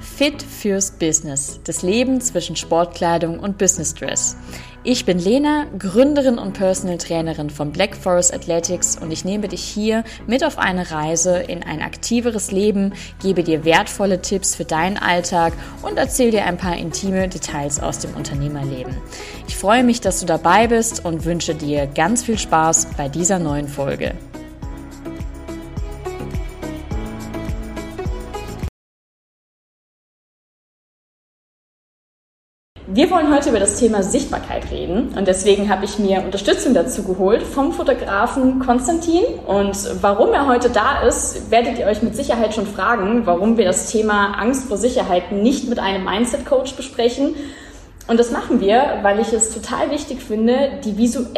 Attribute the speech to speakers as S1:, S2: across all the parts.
S1: Fit fürs Business, das Leben zwischen Sportkleidung und Business Dress. Ich bin Lena, Gründerin und Personal Trainerin von Black Forest Athletics und ich nehme dich hier mit auf eine Reise in ein aktiveres Leben, gebe dir wertvolle Tipps für deinen Alltag und erzähle dir ein paar intime Details aus dem Unternehmerleben. Ich freue mich, dass du dabei bist und wünsche dir ganz viel Spaß bei dieser neuen Folge. Wir wollen heute über das Thema Sichtbarkeit reden und deswegen habe ich mir Unterstützung dazu geholt vom Fotografen Konstantin. Und warum er heute da ist, werdet ihr euch mit Sicherheit schon fragen, warum wir das Thema Angst vor Sicherheit nicht mit einem Mindset-Coach besprechen. Und das machen wir, weil ich es total wichtig finde, den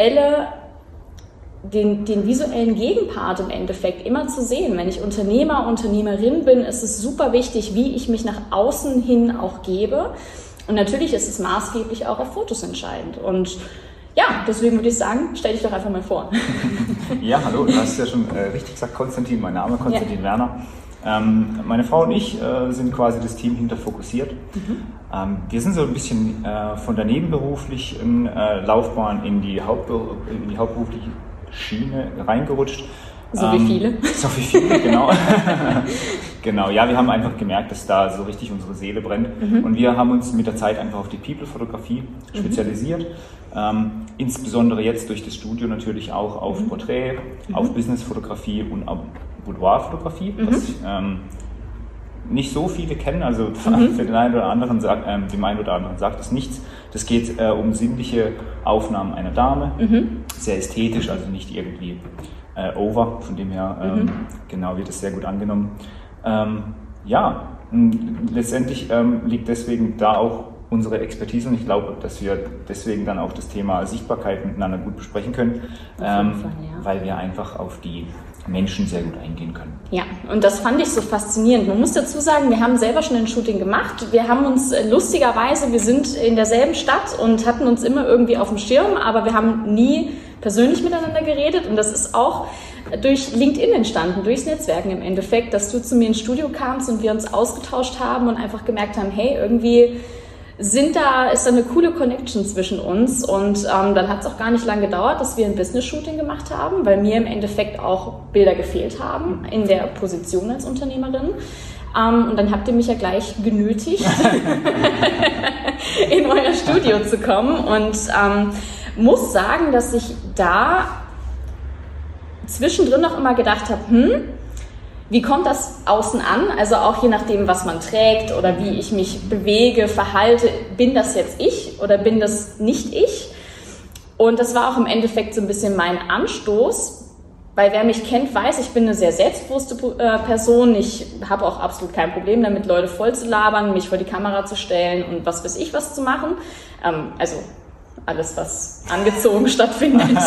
S1: visuellen Gegenpart im Endeffekt immer zu sehen. Wenn ich Unternehmer, Unternehmerin bin, ist es super wichtig, wie ich mich nach außen hin auch gebe. Und natürlich ist es maßgeblich auch auf Fotos entscheidend. Und ja, deswegen würde ich sagen, stell dich doch einfach mal vor.
S2: Ja, hallo, du hast ja schon richtig gesagt, Konstantin, mein Name, Konstantin Werner. Meine Frau und ich sind quasi das Team hinter Fokussiert. Wir sind so ein bisschen von der nebenberuflichen Laufbahn in die hauptberufliche Schiene reingerutscht.
S1: So wie viele.
S2: So wie viele, genau. Genau, ja, wir haben einfach gemerkt, dass da so richtig unsere Seele brennt. Und wir haben uns mit der Zeit einfach auf die People-Fotografie spezialisiert. Insbesondere jetzt durch das Studio natürlich auch auf Porträt, auf Business-Fotografie und auf Boudoir-Fotografie, was nicht so viele kennen. Also für den einen oder anderen dem einen oder anderen sagt es nichts. Das geht um sinnliche Aufnahmen einer Dame, sehr ästhetisch, also nicht irgendwie over, von dem her genau wird es sehr gut angenommen. Letztendlich liegt deswegen da auch unsere Expertise und ich glaube, dass wir deswegen dann auch das Thema Sichtbarkeit miteinander gut besprechen können, weil wir einfach auf die Menschen sehr gut eingehen können.
S1: Ja, und das fand ich so faszinierend. Man muss dazu sagen, wir haben selber schon ein Shooting gemacht. Wir haben uns lustigerweise, wir sind in derselben Stadt und hatten uns immer irgendwie auf dem Schirm, aber wir haben nie persönlich miteinander geredet und das ist auch durch LinkedIn entstanden, durchs Netzwerken im Endeffekt, dass du zu mir ins Studio kamst und wir uns ausgetauscht haben und einfach gemerkt haben, hey, irgendwie ist da eine coole Connection zwischen uns und dann hat es auch gar nicht lange gedauert, dass wir ein Business-Shooting gemacht haben, weil mir im Endeffekt auch Bilder gefehlt haben in der Position als Unternehmerin. Und dann habt ihr mich ja gleich genötigt, in euer Studio zu kommen und muss sagen, dass ich da zwischendrin noch immer gedacht habe, wie kommt das außen an? Also auch je nachdem, was man trägt oder wie ich mich bewege, verhalte, bin das jetzt ich oder bin das nicht ich? Und das war auch im Endeffekt so ein bisschen mein Anstoß, weil wer mich kennt, weiß, ich bin eine sehr selbstbewusste Person. Ich habe auch absolut kein Problem damit, Leute voll zu labern, mich vor die Kamera zu stellen und was weiß ich was zu machen. Also alles, was angezogen stattfindet.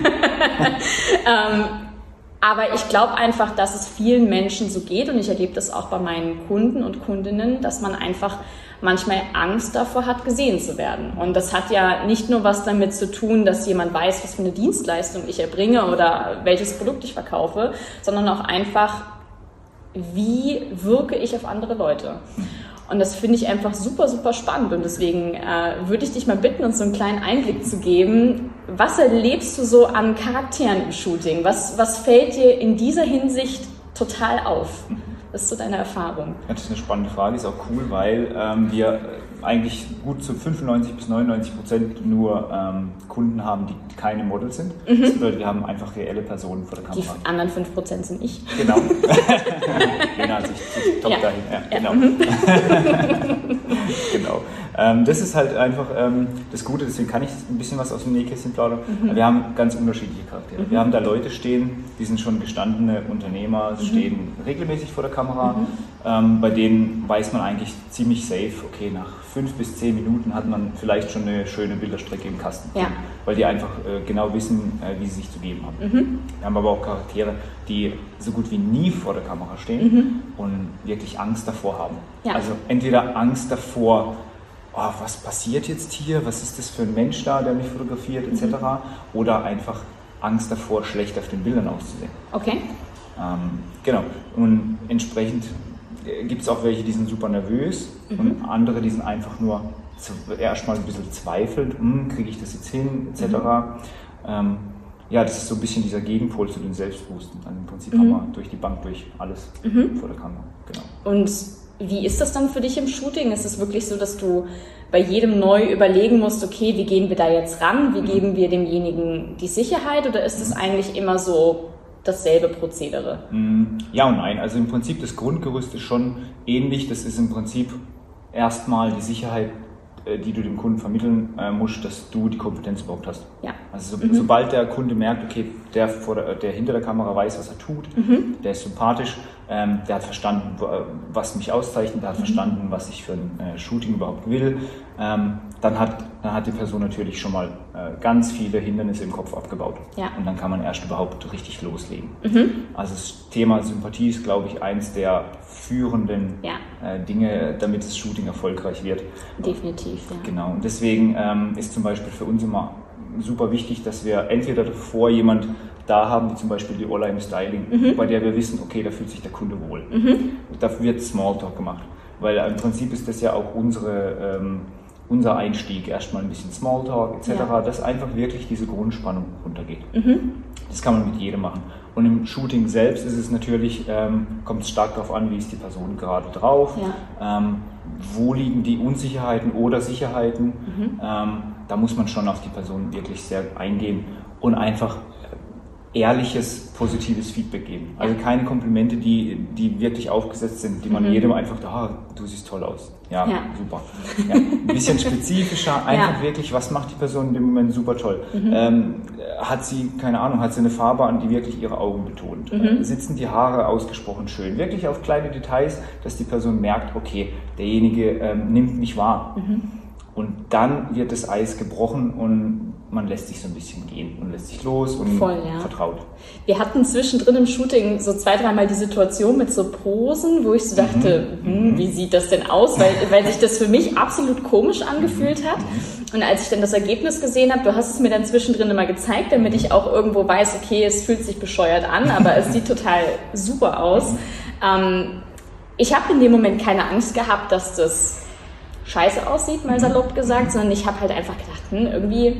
S1: Aber ich glaube einfach, dass es vielen Menschen so geht und ich erlebe das auch bei meinen Kunden und Kundinnen, dass man einfach manchmal Angst davor hat, gesehen zu werden. Und das hat ja nicht nur was damit zu tun, dass jemand weiß, was für eine Dienstleistung ich erbringe oder welches Produkt ich verkaufe, sondern auch einfach, wie wirke ich auf andere Leute. Und das finde ich einfach super, super spannend. Und deswegen würde ich dich mal bitten, uns so einen kleinen Einblick zu geben. Was erlebst du so an Charakteren im Shooting? Was fällt dir in dieser Hinsicht total auf? Was ist so deine Erfahrung?
S2: Das ist eine spannende Frage, ist auch cool, weil wir eigentlich gut zu 95-99% nur Kunden haben, die keine Models sind. Das bedeutet, wir haben einfach reelle Personen vor der Kamera.
S1: Die anderen 5% sind ich.
S2: Genau. Genau, also ich top dahin. Ja, genau. Genau. Das ist halt einfach das Gute, deswegen kann ich ein bisschen was aus dem Nähkästchen plaudern. Wir haben ganz unterschiedliche Charaktere. Wir haben da Leute stehen, die sind schon gestandene Unternehmer, stehen regelmäßig vor der Kamera. Bei denen weiß man eigentlich ziemlich safe, okay, nach 5 bis 10 Minuten hat man vielleicht schon eine schöne Bilderstrecke im Kasten.
S1: Ja.
S2: Weil die einfach genau wissen, wie sie sich zu geben haben. Wir haben aber auch Charaktere, die so gut wie nie vor der Kamera stehen und wirklich Angst davor haben.
S1: Ja.
S2: Also entweder Angst davor, oh, was passiert jetzt hier, was ist das für ein Mensch da, der mich fotografiert, etc. Oder einfach Angst davor, schlecht auf den Bildern auszusehen.
S1: Okay.
S2: Genau, und entsprechend gibt es auch welche, die sind super nervös und andere, die sind einfach nur erstmal ein bisschen zweifelnd, kriege ich das jetzt hin, etc. Ja, das ist so ein bisschen dieser Gegenpol zu den Selbstboosten. Also im Prinzip haben wir durch die Bank durch alles vor der Kamera. Genau.
S1: Und wie ist das dann für dich im Shooting? Ist es wirklich so, dass du bei jedem neu überlegen musst, okay, wie gehen wir da jetzt ran? Wie geben wir demjenigen die Sicherheit? Oder ist es eigentlich immer so dasselbe Prozedere?
S2: Ja und nein. Also im Prinzip das Grundgerüst ist schon ähnlich. Das ist im Prinzip erstmal die Sicherheit, die du dem Kunden vermitteln musst, dass du die Kompetenz überhaupt hast.
S1: Ja.
S2: Also sobald der Kunde merkt, okay, der hinter der Kamera weiß, was er tut, der ist sympathisch, der hat verstanden, was mich auszeichnet, der hat verstanden, was ich für ein Shooting überhaupt will, dann hat die Person natürlich schon mal ganz viele Hindernisse im Kopf abgebaut.
S1: Ja.
S2: Und dann kann man erst überhaupt richtig loslegen. Also das Thema Sympathie ist, glaube ich, eins der führenden Dinge, damit das Shooting erfolgreich wird.
S1: Definitiv, ja.
S2: Genau, und deswegen ist zum Beispiel für uns immer super wichtig, dass wir entweder davor jemand da haben, wie zum Beispiel die Ola im Styling, bei der wir wissen, okay, da fühlt sich der Kunde wohl. Da wird Smalltalk gemacht, weil im Prinzip ist das ja auch unser Einstieg, erstmal ein bisschen Smalltalk etc., dass einfach wirklich diese Grundspannung runtergeht. Das kann man mit jedem machen. Und im Shooting selbst ist es natürlich, kommt es stark darauf an, wie ist die Person gerade drauf, wo liegen die Unsicherheiten oder Sicherheiten. Da muss man schon auf die Person wirklich sehr eingehen und einfach ehrliches, positives Feedback geben. Also keine Komplimente, die wirklich aufgesetzt sind, die man jedem einfach, du siehst toll aus. Ja. Super. Ja, ein bisschen spezifischer, einfach wirklich, was macht die Person in dem Moment super toll? Hat sie, keine Ahnung, hat sie eine Farbe an, die wirklich ihre Augen betont? Sitzen die Haare ausgesprochen schön? Wirklich auf kleine Details, dass die Person merkt, okay, derjenige nimmt mich wahr. Und dann wird das Eis gebrochen und man lässt sich so ein bisschen gehen und lässt sich los und vertraut.
S1: Wir hatten zwischendrin im Shooting so 2-3 Mal die Situation mit so Posen, wo ich so dachte, wie sieht das denn aus? Weil sich das für mich absolut komisch angefühlt hat. Und als ich dann das Ergebnis gesehen habe, du hast es mir dann zwischendrin immer gezeigt, damit ich auch irgendwo weiß, okay, es fühlt sich bescheuert an, aber es sieht total super aus. Ich habe in dem Moment keine Angst gehabt, dass das scheiße aussieht, mal salopp gesagt, sondern ich habe halt einfach gedacht, irgendwie,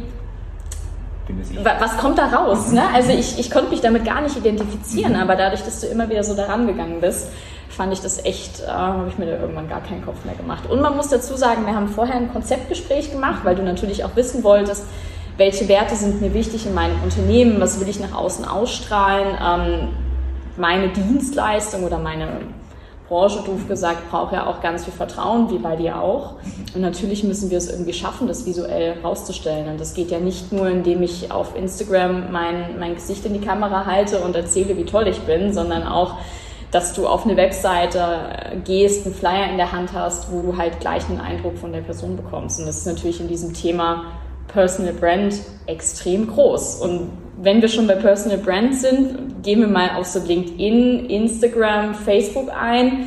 S1: was kommt da raus? Ne? Also ich konnte mich damit gar nicht identifizieren, aber dadurch, dass du immer wieder so daran gegangen bist, fand ich das echt, habe ich mir da irgendwann gar keinen Kopf mehr gemacht. Und man muss dazu sagen, wir haben vorher ein Konzeptgespräch gemacht, weil du natürlich auch wissen wolltest, welche Werte sind mir wichtig in meinem Unternehmen, was will ich nach außen ausstrahlen, meine Dienstleistung oder meine Branche, doof gesagt, braucht ja auch ganz viel Vertrauen, wie bei dir auch. Und natürlich müssen wir es irgendwie schaffen, das visuell rauszustellen. Und das geht ja nicht nur, indem ich auf Instagram mein Gesicht in die Kamera halte und erzähle, wie toll ich bin, sondern auch, dass du auf eine Webseite gehst, einen Flyer in der Hand hast, wo du halt gleich einen Eindruck von der Person bekommst. Und das ist natürlich in diesem Thema Personal Brand extrem groß. Und wenn wir schon bei Personal Brand sind, gehen wir mal auf so LinkedIn, Instagram, Facebook ein.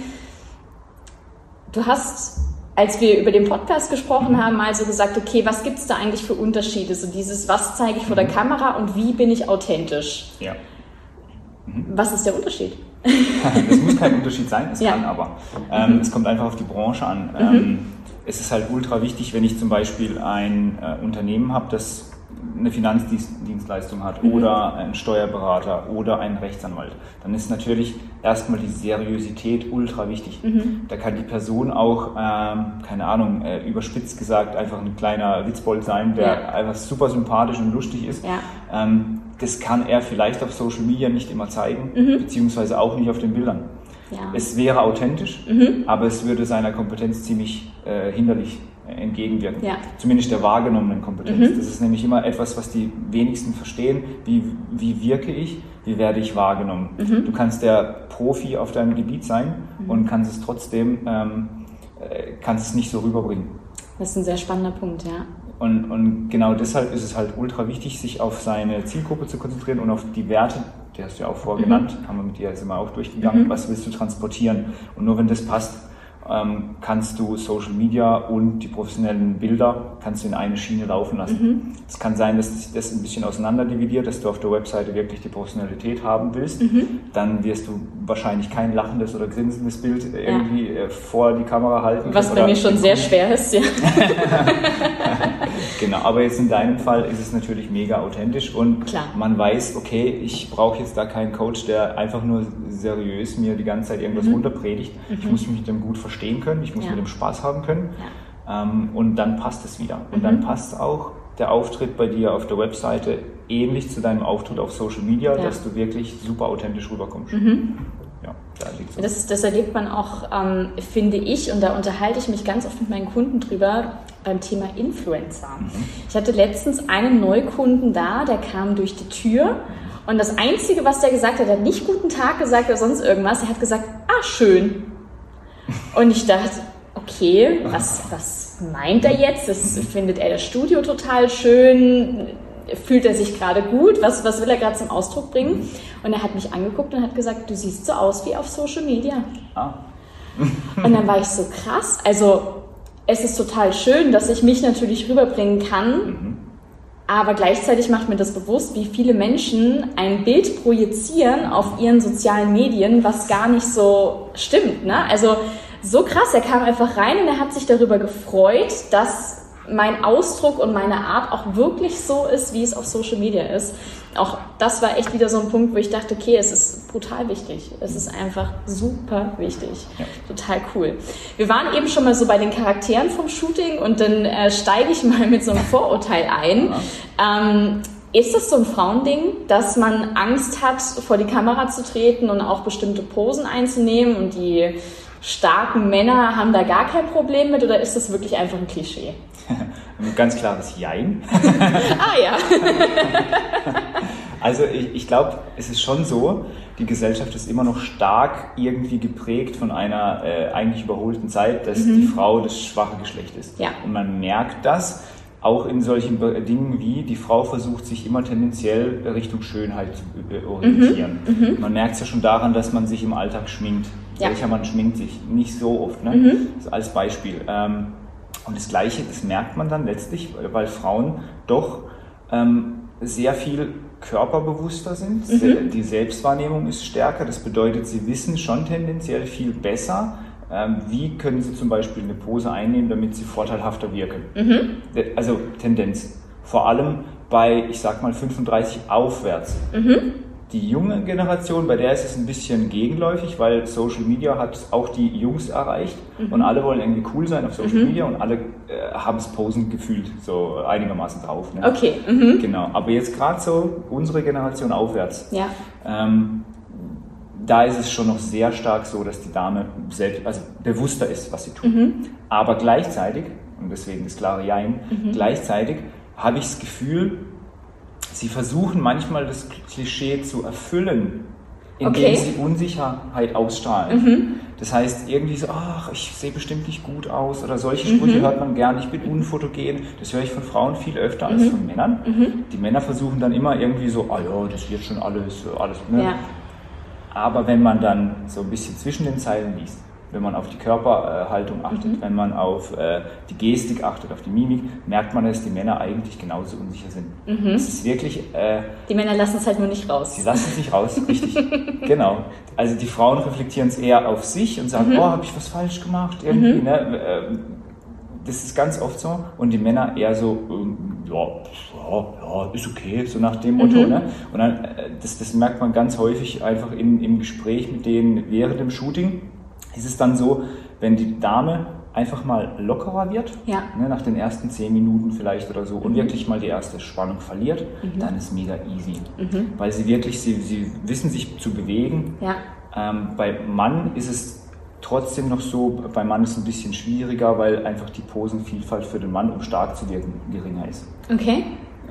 S1: Du hast, als wir über den Podcast gesprochen haben, mal so gesagt, okay, was gibt es da eigentlich für Unterschiede? So dieses, was zeige ich vor der Kamera und wie bin ich authentisch?
S2: Ja.
S1: Was ist der Unterschied?
S2: Es muss kein Unterschied sein, es kann aber. Es kommt einfach auf die Branche an. Es ist halt ultra wichtig, wenn ich zum Beispiel ein Unternehmen habe, das eine Finanzdienstleistung hat oder einen Steuerberater oder einen Rechtsanwalt, dann ist natürlich erstmal die Seriosität ultra wichtig. Da kann die Person auch, keine Ahnung, überspitzt gesagt, einfach ein kleiner Witzbold sein, der einfach super sympathisch und lustig ist. Das kann er vielleicht auf Social Media nicht immer zeigen, beziehungsweise auch nicht auf den Bildern. Es wäre authentisch, aber es würde seiner Kompetenz ziemlich hinderlich entgegenwirken. Zumindest der wahrgenommenen Kompetenz. Das ist nämlich immer etwas, was die wenigsten verstehen. Wie wirke ich? Wie werde ich wahrgenommen? Du kannst der Profi auf deinem Gebiet sein und kannst es trotzdem kannst es nicht so rüberbringen.
S1: Das ist ein sehr spannender Punkt, ja.
S2: Und genau deshalb ist es halt ultra wichtig, sich auf seine Zielgruppe zu konzentrieren und auf die Werte, die hast du ja auch vorher genannt, haben wir mit dir jetzt immer auch durchgegangen, was willst du transportieren? Und nur wenn das passt, kannst du Social Media und die professionellen Bilder kannst du in eine Schiene laufen lassen. Es kann sein, dass sich das ein bisschen auseinander dividiert, dass du auf der Webseite wirklich die Professionalität haben willst. Dann wirst du wahrscheinlich kein lachendes oder grinsendes Bild irgendwie vor die Kamera halten.
S1: Was bei mir schon sehr schwer ist, ja.
S2: Genau, aber jetzt in deinem Fall ist es natürlich mega authentisch und man weiß, okay, ich brauche jetzt da keinen Coach, der einfach nur seriös mir die ganze Zeit irgendwas runterpredigt. Ich muss mich mit dem gut verstehen können, ich muss mit dem Spaß haben können und dann passt es wieder. Und dann passt auch der Auftritt bei dir auf der Webseite ähnlich zu deinem Auftritt auf Social Media, dass du wirklich super authentisch rüberkommst. Ja, da liegt's so.
S1: Das erlebt man auch, finde ich, und da unterhalte ich mich ganz oft mit meinen Kunden drüber, beim Thema Influencer. Ich hatte letztens einen Neukunden da, der kam durch die Tür und das Einzige, was der gesagt hat, er hat nicht guten Tag gesagt oder sonst irgendwas, er hat gesagt, schön. Und ich dachte, okay, was meint er jetzt? Findet er das Studio total schön? Fühlt er sich gerade gut? Was will er gerade zum Ausdruck bringen? Und er hat mich angeguckt und hat gesagt, du siehst so aus wie auf Social Media. Und dann war ich so krass. Also es ist total schön, dass ich mich natürlich rüberbringen kann, aber gleichzeitig macht mir das bewusst, wie viele Menschen ein Bild projizieren auf ihren sozialen Medien, was gar nicht so stimmt. Ne? Also so krass, er kam einfach rein und er hat sich darüber gefreut, dass mein Ausdruck und meine Art auch wirklich so ist, wie es auf Social Media ist. Auch das war echt wieder so ein Punkt, wo ich dachte, okay, es ist brutal wichtig. Es ist einfach super wichtig. Ja. Total cool. Wir waren eben schon mal so bei den Charakteren vom Shooting und dann steige ich mal mit so einem Vorurteil ein. Ist das so ein Frauending, dass man Angst hat, vor die Kamera zu treten und auch bestimmte Posen einzunehmen und die starken Männer haben da gar kein Problem mit, oder ist das wirklich einfach ein Klischee?
S2: Ein ganz klares Jein.
S1: Ja.
S2: Also ich glaube, es ist schon so, die Gesellschaft ist immer noch stark irgendwie geprägt von einer eigentlich überholten Zeit, dass die Frau das schwache Geschlecht ist.
S1: Ja.
S2: Und man merkt das auch in solchen Dingen wie, die Frau versucht sich immer tendenziell Richtung Schönheit zu orientieren. Man merkt es ja schon daran, dass man sich im Alltag schminkt. Ja. Welcher Mann schminkt sich? Nicht so oft, ne? Das als Beispiel. Und das Gleiche, das merkt man dann letztlich, weil Frauen doch sehr viel körperbewusster sind. Die Selbstwahrnehmung ist stärker. Das bedeutet, sie wissen schon tendenziell viel besser, wie können sie zum Beispiel eine Pose einnehmen, damit sie vorteilhafter wirken. Also Tendenz. Vor allem bei, ich sag mal, 35 aufwärts. Die junge Generation, bei der ist es ein bisschen gegenläufig, weil Social Media hat auch die Jungs erreicht und alle wollen irgendwie cool sein auf Social Media und alle haben es Posen gefühlt, so einigermaßen drauf. Ne?
S1: Okay.
S2: Genau, aber jetzt gerade so unsere Generation aufwärts,
S1: ja.
S2: Da ist es schon noch sehr stark so, dass die Dame selbst, also bewusster ist, was sie tut. Aber gleichzeitig, und deswegen das klare Jein, gleichzeitig habe ich das Gefühl, sie versuchen manchmal das Klischee zu erfüllen, indem sie Unsicherheit ausstrahlen. Das heißt irgendwie so, ach, ich sehe bestimmt nicht gut aus oder solche Sprüche hört man gern, ich bin unfotogen. Das höre ich von Frauen viel öfter als von Männern. Die Männer versuchen dann immer irgendwie so, ja, das wird schon alles ne? Ja. Aber wenn man dann so ein bisschen zwischen den Zeilen liest, wenn man auf die Körperhaltung achtet, wenn man auf die Gestik achtet, auf die Mimik, merkt man, dass die Männer eigentlich genauso unsicher sind. Es ist wirklich...
S1: die Männer lassen es halt nur nicht raus.
S2: Sie lassen es nicht raus, richtig. Genau. Also die Frauen reflektieren es eher auf sich und sagen, habe ich was falsch gemacht? Irgendwie, ne? Das ist ganz oft so. Und die Männer eher so, ja, ist okay, so nach dem Motto. Ne? Und dann, das merkt man ganz häufig einfach im Gespräch mit denen während dem Shooting. Ist es dann so, wenn die Dame einfach mal lockerer wird, ne, nach den ersten 10 Minuten vielleicht oder so, und wirklich mal die erste Spannung verliert, dann ist mega easy. Weil sie wirklich, sie wissen sich zu bewegen. Ja. Bei Mann ist es trotzdem noch so, beim Mann ist es ein bisschen schwieriger, weil einfach die Posenvielfalt für den Mann, um stark zu wirken, geringer ist.
S1: Okay.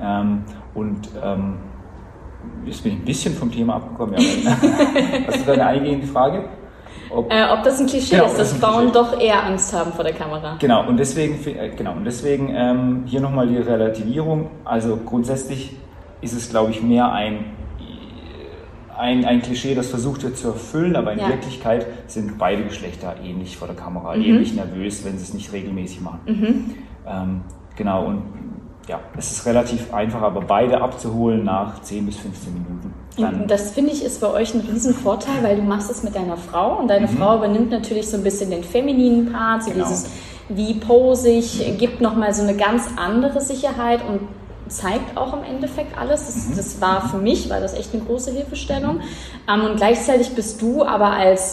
S2: Jetzt bin ich ein bisschen vom Thema abgekommen. Ja, hast du da eine eingehende Frage?
S1: Ob das ein Klischee ist, dass Frauen doch eher Angst haben vor der Kamera.
S2: Genau, und deswegen hier nochmal die Relativierung. Also grundsätzlich ist es, glaube ich, mehr ein Klischee, das versucht wird zu erfüllen, aber in Wirklichkeit sind beide Geschlechter ähnlich vor der Kamera, ähnlich nervös, wenn sie es nicht regelmäßig machen. Genau, und ja, es ist relativ einfach, aber beide abzuholen nach 10 bis 15 Minuten.
S1: Das finde ich ist bei euch ein Riesenvorteil, weil du machst es mit deiner Frau und deine Frau übernimmt natürlich so ein bisschen den femininen Part, so dieses wie posig, gibt nochmal so eine ganz andere Sicherheit und zeigt auch im Endeffekt alles. Das war für mich, war das echt eine große Hilfestellung. Und gleichzeitig bist du aber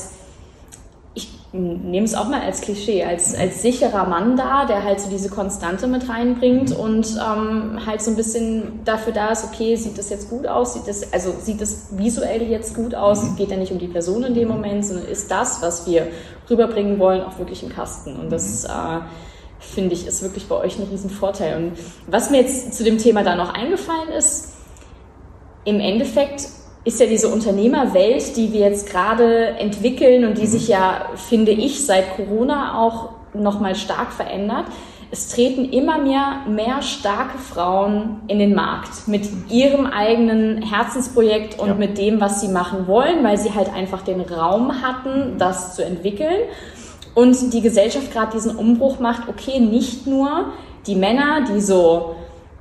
S1: ich nehme es auch mal als Klischee, als sicherer Mann da, der halt so diese Konstante mit reinbringt und halt so ein bisschen dafür da ist, okay, sieht das jetzt gut aus, sieht das visuell jetzt gut aus, es geht ja nicht um die Person in dem Moment, sondern ist das, was wir rüberbringen wollen, auch wirklich im Kasten. Und das finde ich, ist wirklich bei euch ein Riesenvorteil. Und was mir jetzt zu dem Thema da noch eingefallen ist, im Endeffekt ist ja diese Unternehmerwelt, die wir jetzt gerade entwickeln und die sich ja, finde ich, seit Corona auch nochmal stark verändert. Es treten immer mehr starke Frauen in den Markt mit ihrem eigenen Herzensprojekt und mit dem, was sie machen wollen, weil sie halt einfach den Raum hatten, das zu entwickeln. Und die Gesellschaft gerade diesen Umbruch macht, okay, nicht nur die Männer, die so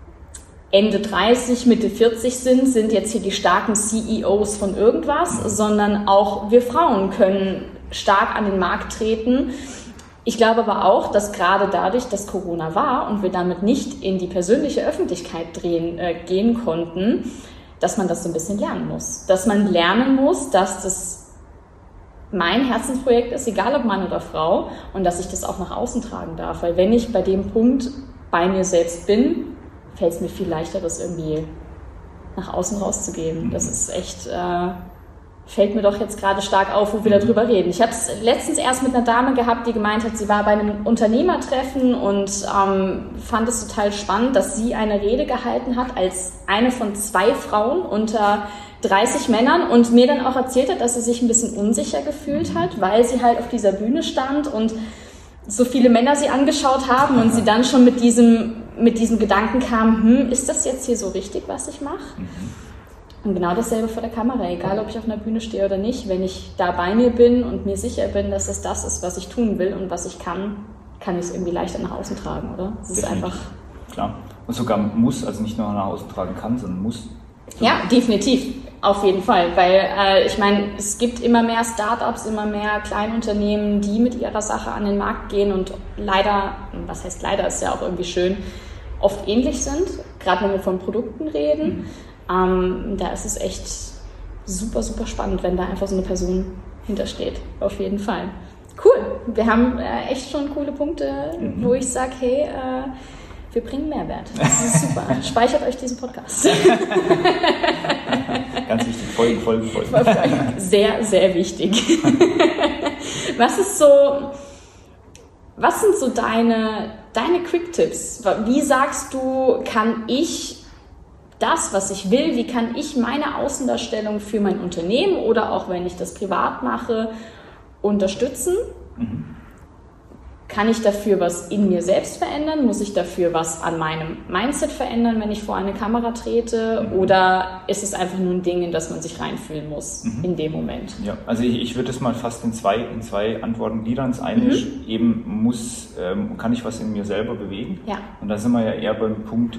S1: Ende 30, Mitte 40 sind jetzt hier die starken CEOs von irgendwas, sondern auch wir Frauen können stark an den Markt treten. Ich glaube aber auch, dass gerade dadurch, dass Corona war und wir damit nicht in die persönliche Öffentlichkeit gehen konnten, dass man das so ein bisschen lernen muss. Dass man lernen muss, dass das mein Herzensprojekt ist, egal ob Mann oder Frau, und dass ich das auch nach außen tragen darf. Weil wenn ich bei dem Punkt bei mir selbst bin, fällt es mir viel leichter, das irgendwie nach außen rauszugeben. Das ist echt, fällt mir doch jetzt gerade stark auf, wo wir darüber reden. Ich habe es letztens erst mit einer Dame gehabt, die gemeint hat, sie war bei einem Unternehmertreffen und fand es total spannend, dass sie eine Rede gehalten hat als eine von 2 Frauen unter 30 Männern und mir dann auch erzählt hat, dass sie sich ein bisschen unsicher gefühlt hat, weil sie halt auf dieser Bühne stand und so viele Männer sie angeschaut haben und sie dann schon mit diesem Gedanken kam, ist das jetzt hier so richtig, was ich mache? Und genau dasselbe vor der Kamera, egal ob ich auf einer Bühne stehe oder nicht, wenn ich da bei mir bin und mir sicher bin, dass es das ist, was ich tun will und was ich kann ich es irgendwie leichter nach außen tragen, oder? Das ist einfach...
S2: Klar. Und sogar muss, also nicht nur nach außen tragen kann, sondern muss.
S1: Ja, definitiv. Auf jeden Fall, weil ich meine, es gibt immer mehr Startups, immer mehr Kleinunternehmen, die mit ihrer Sache an den Markt gehen und leider, was heißt leider, ist ja auch irgendwie schön, oft ähnlich sind, gerade wenn wir von Produkten reden. Da ist es echt super, super spannend, wenn da einfach so eine Person hintersteht, auf jeden Fall. Cool, wir haben echt schon coole Punkte, wo ich sage, hey, wir bringen Mehrwert. Das ist super. Speichert euch diesen Podcast.
S2: Ganz wichtig, Folgen.
S1: Sehr, sehr wichtig. Was sind so deine Quick-Tipps? Wie sagst du, kann ich das, was ich will, wie kann ich meine Außendarstellung für mein Unternehmen oder auch wenn ich das privat mache, unterstützen? Kann ich dafür was in mir selbst verändern? Muss ich dafür was an meinem Mindset verändern, wenn ich vor eine Kamera trete? Oder ist es einfach nur ein Ding, in das man sich reinfühlen muss in dem Moment? Ja,
S2: also ich würde es mal fast in zwei Antworten gliedern. Das eine ist eben, kann ich was in mir selber bewegen?
S1: Ja.
S2: Und da sind wir ja eher beim Punkt,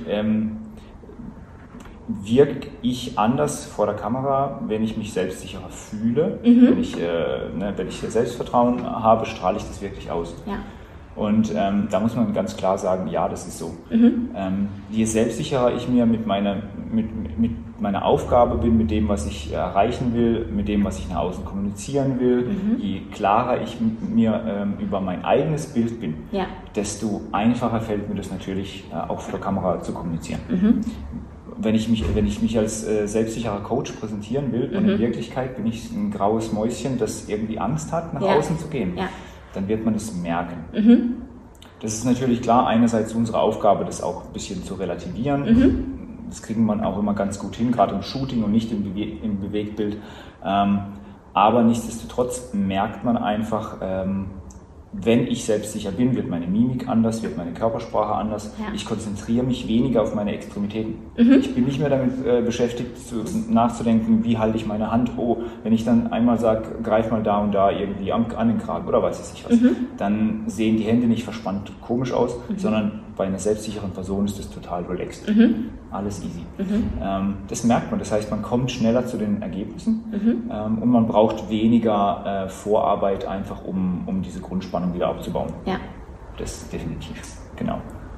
S2: wirke ich anders vor der Kamera, wenn ich mich selbstsicherer fühle? Wenn ich Selbstvertrauen habe, strahle ich das wirklich aus?
S1: Ja.
S2: Und da muss man ganz klar sagen, ja, das ist so. Je selbstsicherer ich mir mit meiner Aufgabe bin, mit dem, was ich erreichen will, mit dem, was ich nach außen kommunizieren will, je klarer ich mir über mein eigenes Bild bin, desto einfacher fällt mir das natürlich auch vor der Kamera zu kommunizieren. Wenn ich mich als selbstsicherer Coach präsentieren will und in Wirklichkeit bin ich ein graues Mäuschen, das irgendwie Angst hat, nach außen zu gehen, dann wird man es merken. Das ist natürlich klar, einerseits unsere Aufgabe, das auch ein bisschen zu relativieren. Das kriegen wir auch immer ganz gut hin, gerade im Shooting und nicht im Bewegtbild. Aber nichtsdestotrotz merkt man einfach, wenn ich selbstsicher bin, wird meine Mimik anders, wird meine Körpersprache anders. Ja. Ich konzentriere mich weniger auf meine Extremitäten. Ich bin nicht mehr damit beschäftigt, nachzudenken, wie halte ich meine Hand. Oh, wenn ich dann einmal sage, greif mal da und da irgendwie an den Kragen oder weiß ich was, dann sehen die Hände nicht verspannt komisch aus, sondern bei einer selbstsicheren Person ist das total relaxed. Alles easy. Das merkt man. Das heißt, man kommt schneller zu den Ergebnissen und man braucht weniger Vorarbeit einfach, um diese Grundspannung wieder aufzubauen.
S1: Ja.
S2: Das definitiv. Genau.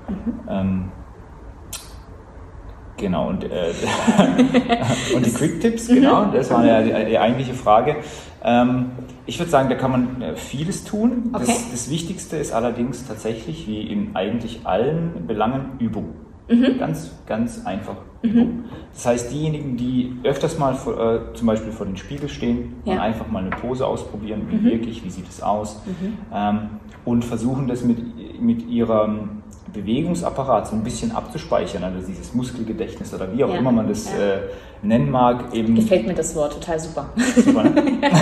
S2: Genau, und die Quick-Tipps, genau, das war ja die eigentliche Frage. Ich würde sagen, da kann man vieles tun.
S1: Okay.
S2: Das Wichtigste ist allerdings tatsächlich, wie in eigentlich allen Belangen, Übung. Ganz, ganz einfach Übung. Das heißt, diejenigen, die öfters mal zum Beispiel vor dem Spiegel stehen und einfach mal eine Pose ausprobieren, wie sieht es aus, und versuchen das mit ihrem Bewegungsapparat so ein bisschen abzuspeichern, also dieses Muskelgedächtnis oder wie auch immer man das nennen mag. Eben
S1: gefällt mir das Wort total super.
S2: Super, ne?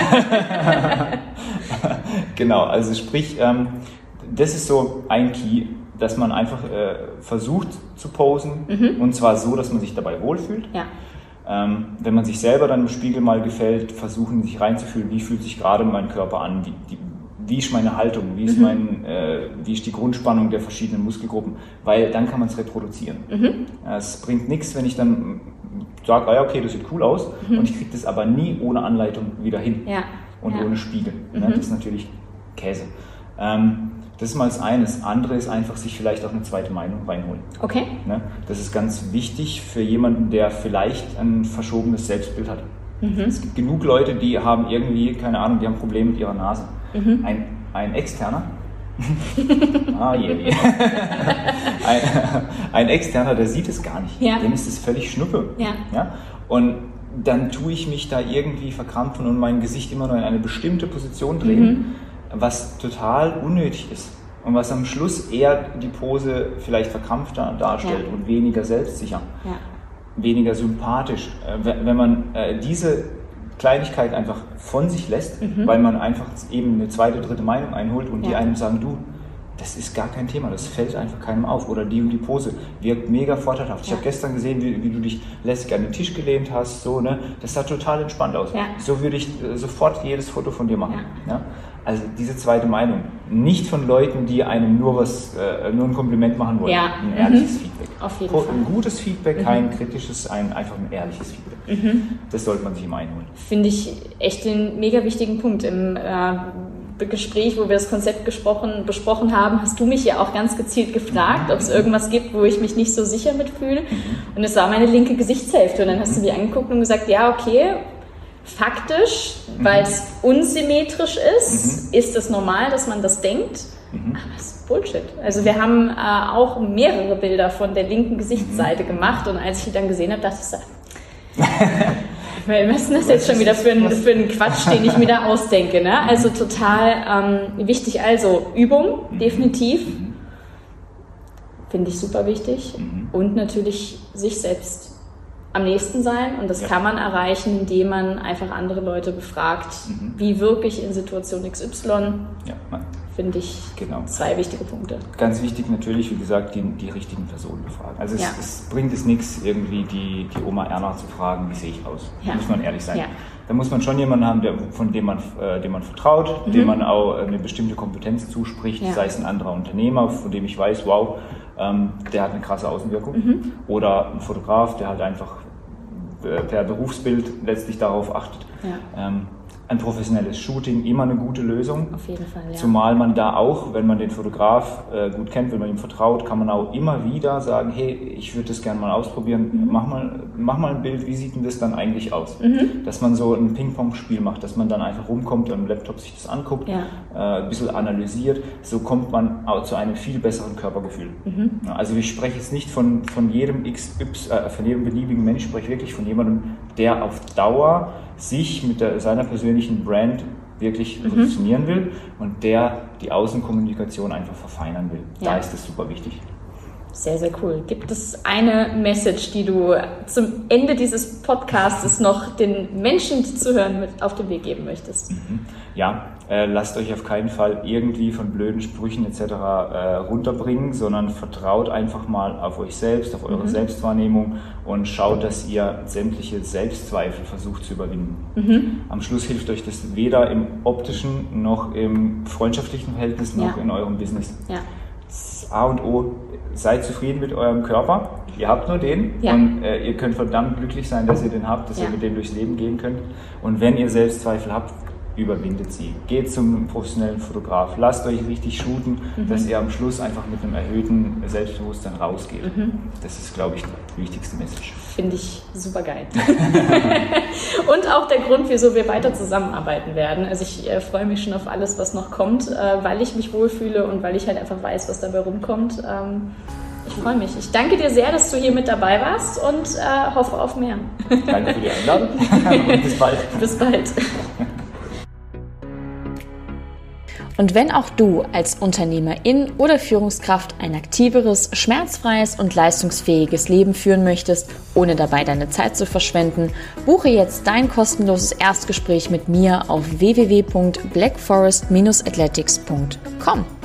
S2: Genau, also sprich, das ist so ein Key, dass man einfach versucht zu posen und zwar so, dass man sich dabei wohlfühlt.
S1: Ja.
S2: Wenn man sich selber dann im Spiegel mal gefällt, versuchen sich reinzufühlen, wie fühlt sich gerade mein Körper an, wie ist meine Haltung, wie ist die Grundspannung der verschiedenen Muskelgruppen, weil dann kann man es reproduzieren. Es bringt nichts, wenn ich dann sage, okay, das sieht cool aus und ich kriege das aber nie ohne Anleitung wieder hin und ohne Spiegel. Das ist natürlich Käse. Das ist mal das eine. Das andere ist einfach, sich vielleicht auch eine zweite Meinung reinholen.
S1: Okay.
S2: Das ist ganz wichtig für jemanden, der vielleicht ein verschobenes Selbstbild hat. Es gibt genug Leute, die haben irgendwie, keine Ahnung, die haben Probleme mit ihrer Nase. Ein Externer, ein Externer, der sieht es gar nicht. Dem ist es völlig Schnuppe. Ja? Und dann tue ich mich da irgendwie verkrampfen und mein Gesicht immer nur in eine bestimmte Position drehen, was total unnötig ist und was am Schluss eher die Pose vielleicht verkrampfter darstellt und weniger selbstsicher, weniger sympathisch. Wenn man diese Kleinigkeit einfach von sich lässt, weil man einfach eben eine zweite, dritte Meinung einholt und die einem sagen, du, das ist gar kein Thema, das fällt einfach keinem auf. Oder die und die Pose wirkt mega vorteilhaft. Ich habe gestern gesehen, wie du dich lässig an den Tisch gelehnt hast, so, ne? Das sah total entspannt aus. So würde ich sofort jedes Foto von dir machen. Ja? Also diese zweite Meinung. Nicht von Leuten, die einem nur ein Kompliment machen wollen. Ein ehrliches Feedback.
S1: Auf jeden Fall.
S2: Ein gutes Feedback, kein kritisches, einfach ein ehrliches Feedback. Das sollte man sich immer einholen.
S1: Finde ich echt den mega wichtigen Punkt. Im Gespräch, wo wir das Konzept besprochen haben, hast du mich ja auch ganz gezielt gefragt, ob es irgendwas gibt, wo ich mich nicht so sicher mitfühle. Und es war meine linke Gesichtshälfte. Und dann hast du die angeguckt und gesagt, ja, okay, faktisch, weil es unsymmetrisch ist es normal, dass man das denkt. Aber das ist Bullshit. Also wir haben auch mehrere Bilder von der linken Gesichtsseite gemacht und als ich die dann gesehen habe, dachte ich so, was ist das jetzt schon wieder für einen Quatsch, den ich mir da ausdenke? Ne? Also total wichtig. Also Übung, definitiv. Finde ich super wichtig. Und natürlich sich selbst am nächsten sein. Und das kann man erreichen, indem man einfach andere Leute befragt, wie wirke ich in Situation XY. Finde ich zwei wichtige Punkte.
S2: Ganz wichtig natürlich, wie gesagt, die richtigen Personen befragen. Also es bringt es nichts, irgendwie die Oma Erna zu fragen, wie sehe ich aus. Da muss man ehrlich sein. Da muss man schon jemanden haben, dem man vertraut, dem man auch eine bestimmte Kompetenz zuspricht, sei es ein anderer Unternehmer, von dem ich weiß, wow, der hat eine krasse Außenwirkung. Oder ein Fotograf, der halt einfach per Berufsbild letztlich darauf achtet. Ein professionelles Shooting immer eine gute Lösung. Auf jeden Fall, Zumal man da auch, wenn man den Fotograf gut kennt, wenn man ihm vertraut, kann man auch immer wieder sagen, hey, ich würde das gerne mal ausprobieren, mach mal ein Bild, wie sieht denn das dann eigentlich aus? Dass man so ein Ping-Pong-Spiel macht, dass man dann einfach rumkommt und am Laptop sich das anguckt, ein bisschen analysiert, so kommt man auch zu einem viel besseren Körpergefühl. Also ich spreche jetzt nicht von jedem von jedem beliebigen Mensch, ich spreche wirklich von jemandem, der auf Dauer sich mit seiner persönlichen Brand wirklich positionieren will und der die Außenkommunikation einfach verfeinern will. Da ist das super wichtig.
S1: Sehr, sehr cool. Gibt es eine Message, die du zum Ende dieses Podcasts noch den Menschen, die zuhören, mit auf den Weg geben möchtest?
S2: Ja, lasst euch auf keinen Fall irgendwie von blöden Sprüchen etc. Runterbringen, sondern vertraut einfach mal auf euch selbst, auf eure Selbstwahrnehmung und schaut, dass ihr sämtliche Selbstzweifel versucht zu überwinden. Am Schluss hilft euch das weder im optischen noch im freundschaftlichen Verhältnis noch in eurem Business. Ja. Das A und O, seid zufrieden mit eurem Körper. Ihr habt nur den und ihr könnt verdammt glücklich sein, dass ihr den habt, dass ihr mit dem durchs Leben gehen könnt. Und wenn ihr Selbstzweifel habt, überwindet sie. Geht zum professionellen Fotograf, lasst euch richtig shooten, dass ihr am Schluss einfach mit einem erhöhten Selbstbewusstsein rausgeht. Das ist, glaube ich, die wichtigste Message.
S1: Finde ich super geil. Und auch der Grund, wieso wir weiter zusammenarbeiten werden. Also ich freue mich schon auf alles, was noch kommt, weil ich mich wohlfühle und weil ich halt einfach weiß, was dabei rumkommt. Ich freue mich. Ich danke dir sehr, dass du hier mit dabei warst und hoffe auf mehr.
S2: Danke für die Einladung und bis bald.
S1: Bis bald. Und wenn auch du als Unternehmerin oder Führungskraft ein aktiveres, schmerzfreies und leistungsfähiges Leben führen möchtest, ohne dabei deine Zeit zu verschwenden, buche jetzt dein kostenloses Erstgespräch mit mir auf www.blackforest-athletics.com.